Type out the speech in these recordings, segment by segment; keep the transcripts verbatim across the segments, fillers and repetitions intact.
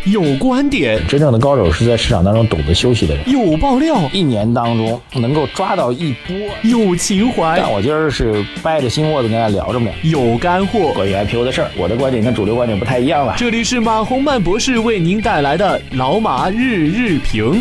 有观点， 真正的高手是在市场当中懂得休息的人。 有爆料， 一年当中能够抓到一波。 有情怀， 但我今儿是掰着心窝子跟大家聊着呢。 有干货， 关于 I P O 的事儿，我的观点跟主流观点不太一样了。 这里是马洪曼博士为您带来的老马日日评。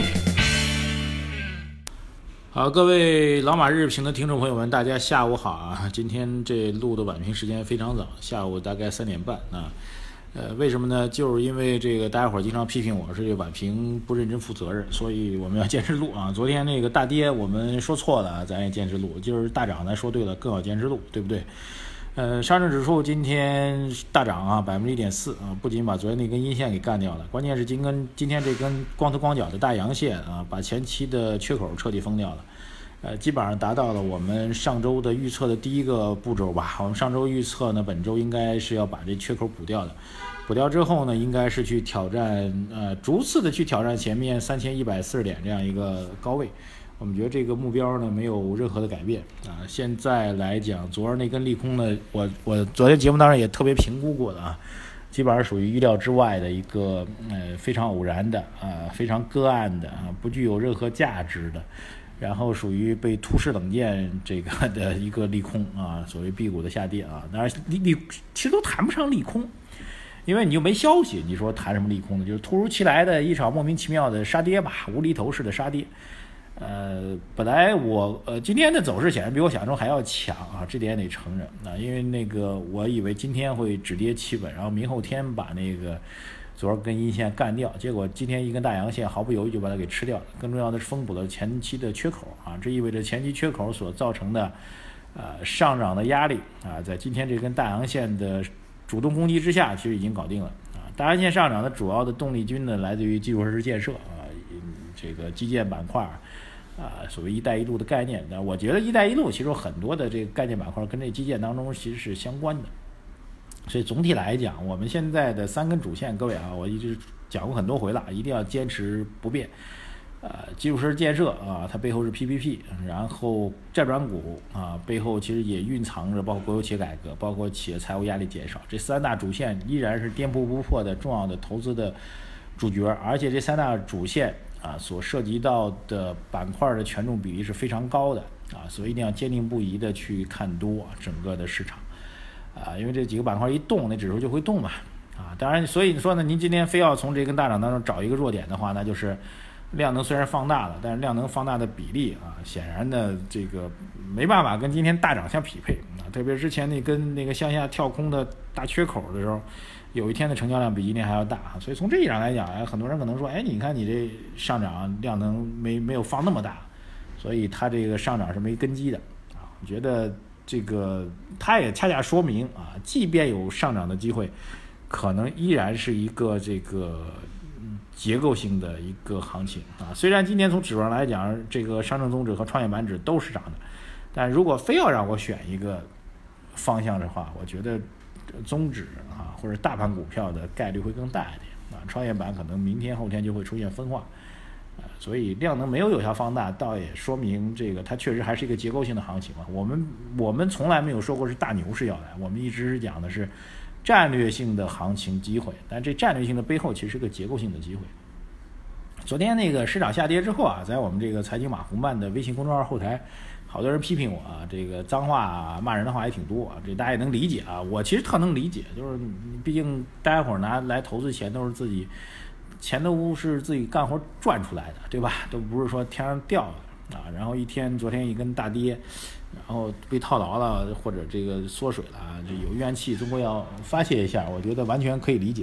好，各位老马日评的听众朋友们，大家下午好啊！今天这录的晚评时间非常早，下午大概三点半啊。呃，为什么呢？就是因为这个大家伙经常批评我是这晚评不认真负责任，所以我们要坚持录啊。昨天那个大跌我们说错了，咱也坚持录；今儿大涨咱说对了，更要坚持录，对不对？呃，上证指数今天大涨啊，百分之一点四啊，不仅把昨天那根阴线给干掉了，关键是今根今天这根光头光脚的大阳线啊，把前期的缺口彻底封掉了。呃，基本上达到了我们上周的预测的第一个步骤吧。我们上周预测呢，本周应该是要把这缺口补掉的。补掉之后呢，应该是去挑战，呃，逐次的去挑战前面三千一百四十点这样一个高位。我们觉得这个目标呢没有任何的改变啊。现在来讲，昨儿那根利空呢，我我昨天节目当中也特别评估过的啊，基本上属于意料之外的一个呃非常偶然的啊，非常个案的啊，不具有任何价值的。然后属于被突施冷箭这个的一个利空啊，所谓 B 股的下跌啊，当然利利其实都谈不上利空，因为你就没消息，你说谈什么利空呢？就是突如其来的一场莫名其妙的杀跌吧，无厘头式的杀跌。呃，本来我呃今天的走势显然比我想象中还要强啊，这点也得承认啊，因为那个我以为今天会止跌企稳，然后明后天把那个昨儿根阴线干掉，结果今天一根大阳线毫不犹豫就把它给吃掉了。更重要的是封补了前期的缺口啊，这意味着前期缺口所造成的呃上涨的压力啊，在今天这根大阳线的主动攻击之下，其实已经搞定了啊。大阳线上涨的主要的动力军呢，来自于基础设施建设啊，这个基建板块啊，所谓“一带一路”的概念。那我觉得“一带一路”其实有很多的这个概念板块跟这基建当中其实是相关的。所以总体来讲，我们现在的三根主线，各位啊，我一直讲过很多回了，一定要坚持不变。呃，基础设施建设啊，它背后是 P P P， 然后债转股啊，背后其实也蕴藏着包括国有企业改革，包括企业财务压力减少，这三大主线依然是颠扑不破的重要的投资的主角，而且这三大主线啊所涉及到的板块的权重比例是非常高的啊，所以一定要坚定不移的去看多整个的市场。啊，因为这几个板块一动，那指数就会动嘛，啊，当然，所以你说呢，您今天非要从这根大涨当中找一个弱点的话，那就是量能虽然放大了，但是量能放大的比例啊，显然的这个没办法跟今天大涨相匹配啊，特别是之前那根那个向下跳空的大缺口的时候，有一天的成交量比今天还要大，所以从这一上来讲，哎，很多人可能说，哎，你看你这上涨量能没没有放那么大，所以它这个上涨是没根基的啊，我觉得。这个它也恰恰说明啊，即便有上涨的机会，可能依然是一个这个结构性的一个行情啊。虽然今天从指数上来讲，这个上证综指和创业板指都是涨的，但如果非要让我选一个方向的话，我觉得综指啊或者大盘股票的概率会更大一点啊。创业板可能明天后天就会出现分化。所以量能没有有效放大，倒也说明这个它确实还是一个结构性的行情嘛。我们我们从来没有说过是大牛市要来，我们一直是讲的是战略性的行情机会，但这战略性的背后其实是个结构性的机会。昨天那个市场下跌之后啊，在我们这个财经马红漫的微信公众号后台，好多人批评我啊，这个脏话啊、骂人的话也挺多啊，这大家也能理解啊。我其实特能理解，就是毕竟大家伙拿来投资钱都是自己。钱都是自己干活赚出来的，对吧？都不是说天上掉的啊。然后一天，昨天一根大跌，然后被套牢了，或者这个缩水了，这有怨气，中国要发泄一下，我觉得完全可以理解。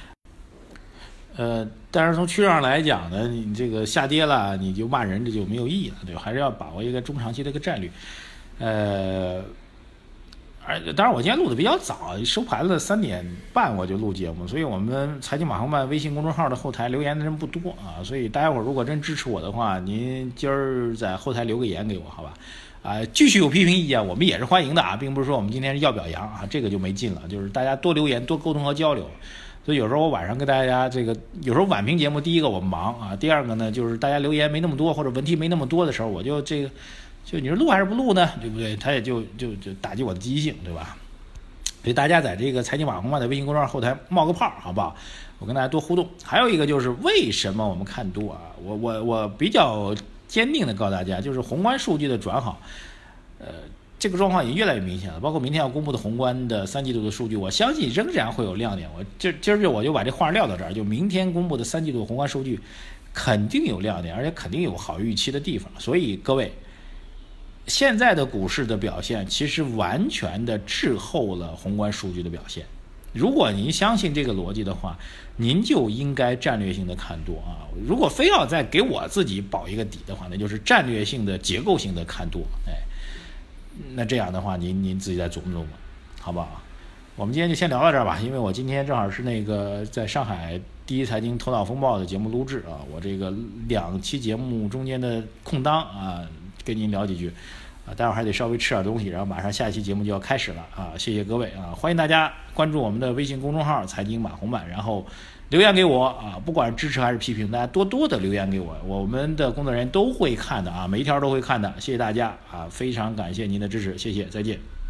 呃，但是从趋势上来讲呢，你这个下跌了，你就骂人，这就没有意义了，对吧？还是要把握一个中长期的一个战略。呃。而当然，我今天录的比较早，收盘了三点半我就录节目，所以我们财经马红漫微信公众号的后台留言的人不多啊，所以大家伙如果真支持我的话，您今儿在后台留个言给我，好吧？啊，继续有批评意见，我们也是欢迎的啊，并不是说我们今天要表扬啊，这个就没劲了，就是大家多留言、多沟通和交流。所以有时候我晚上跟大家这个，有时候晚评节目，第一个我忙啊，第二个呢就是大家留言没那么多或者问题没那么多的时候，我就这个。就你说录还是不录呢，对不对？他也就就就打击我的积极性，对吧？所以大家在这个财经马红漫的微信公众号后台冒个泡，好不好？ 我跟大家多互动。还有一个就是为什么我们看多啊？我我我比较坚定的告诉大家，就是宏观数据的转好，呃，这个状况已经越来越明显了。包括明天要公布的宏观的三季度的数据，我相信仍然会有亮点。我今今儿我就把这话撂到这儿，就明天公布的三季度宏观数据肯定有亮点，而且肯定有好预期的地方。所以各位，现在的股市的表现其实完全的滞后了宏观数据的表现。如果您相信这个逻辑的话，您就应该战略性的看多啊。如果非要再给我自己保一个底的话，那就是战略性的结构性的看多。哎，那这样的话您您自己再琢磨琢磨，好不好？我们今天就先聊到这儿吧，因为我今天正好是那个在上海第一财经头脑风暴的节目录制啊，我这个两期节目中间的空档啊，跟您聊几句啊，待会儿还得稍微吃点东西，然后马上下一期节目就要开始了啊！谢谢各位啊，欢迎大家关注我们的微信公众号财经马红版，然后留言给我啊，不管是支持还是批评，大家多多的留言给我，我们的工作人员都会看的啊，每一条都会看的，谢谢大家啊，非常感谢您的支持，谢谢，再见。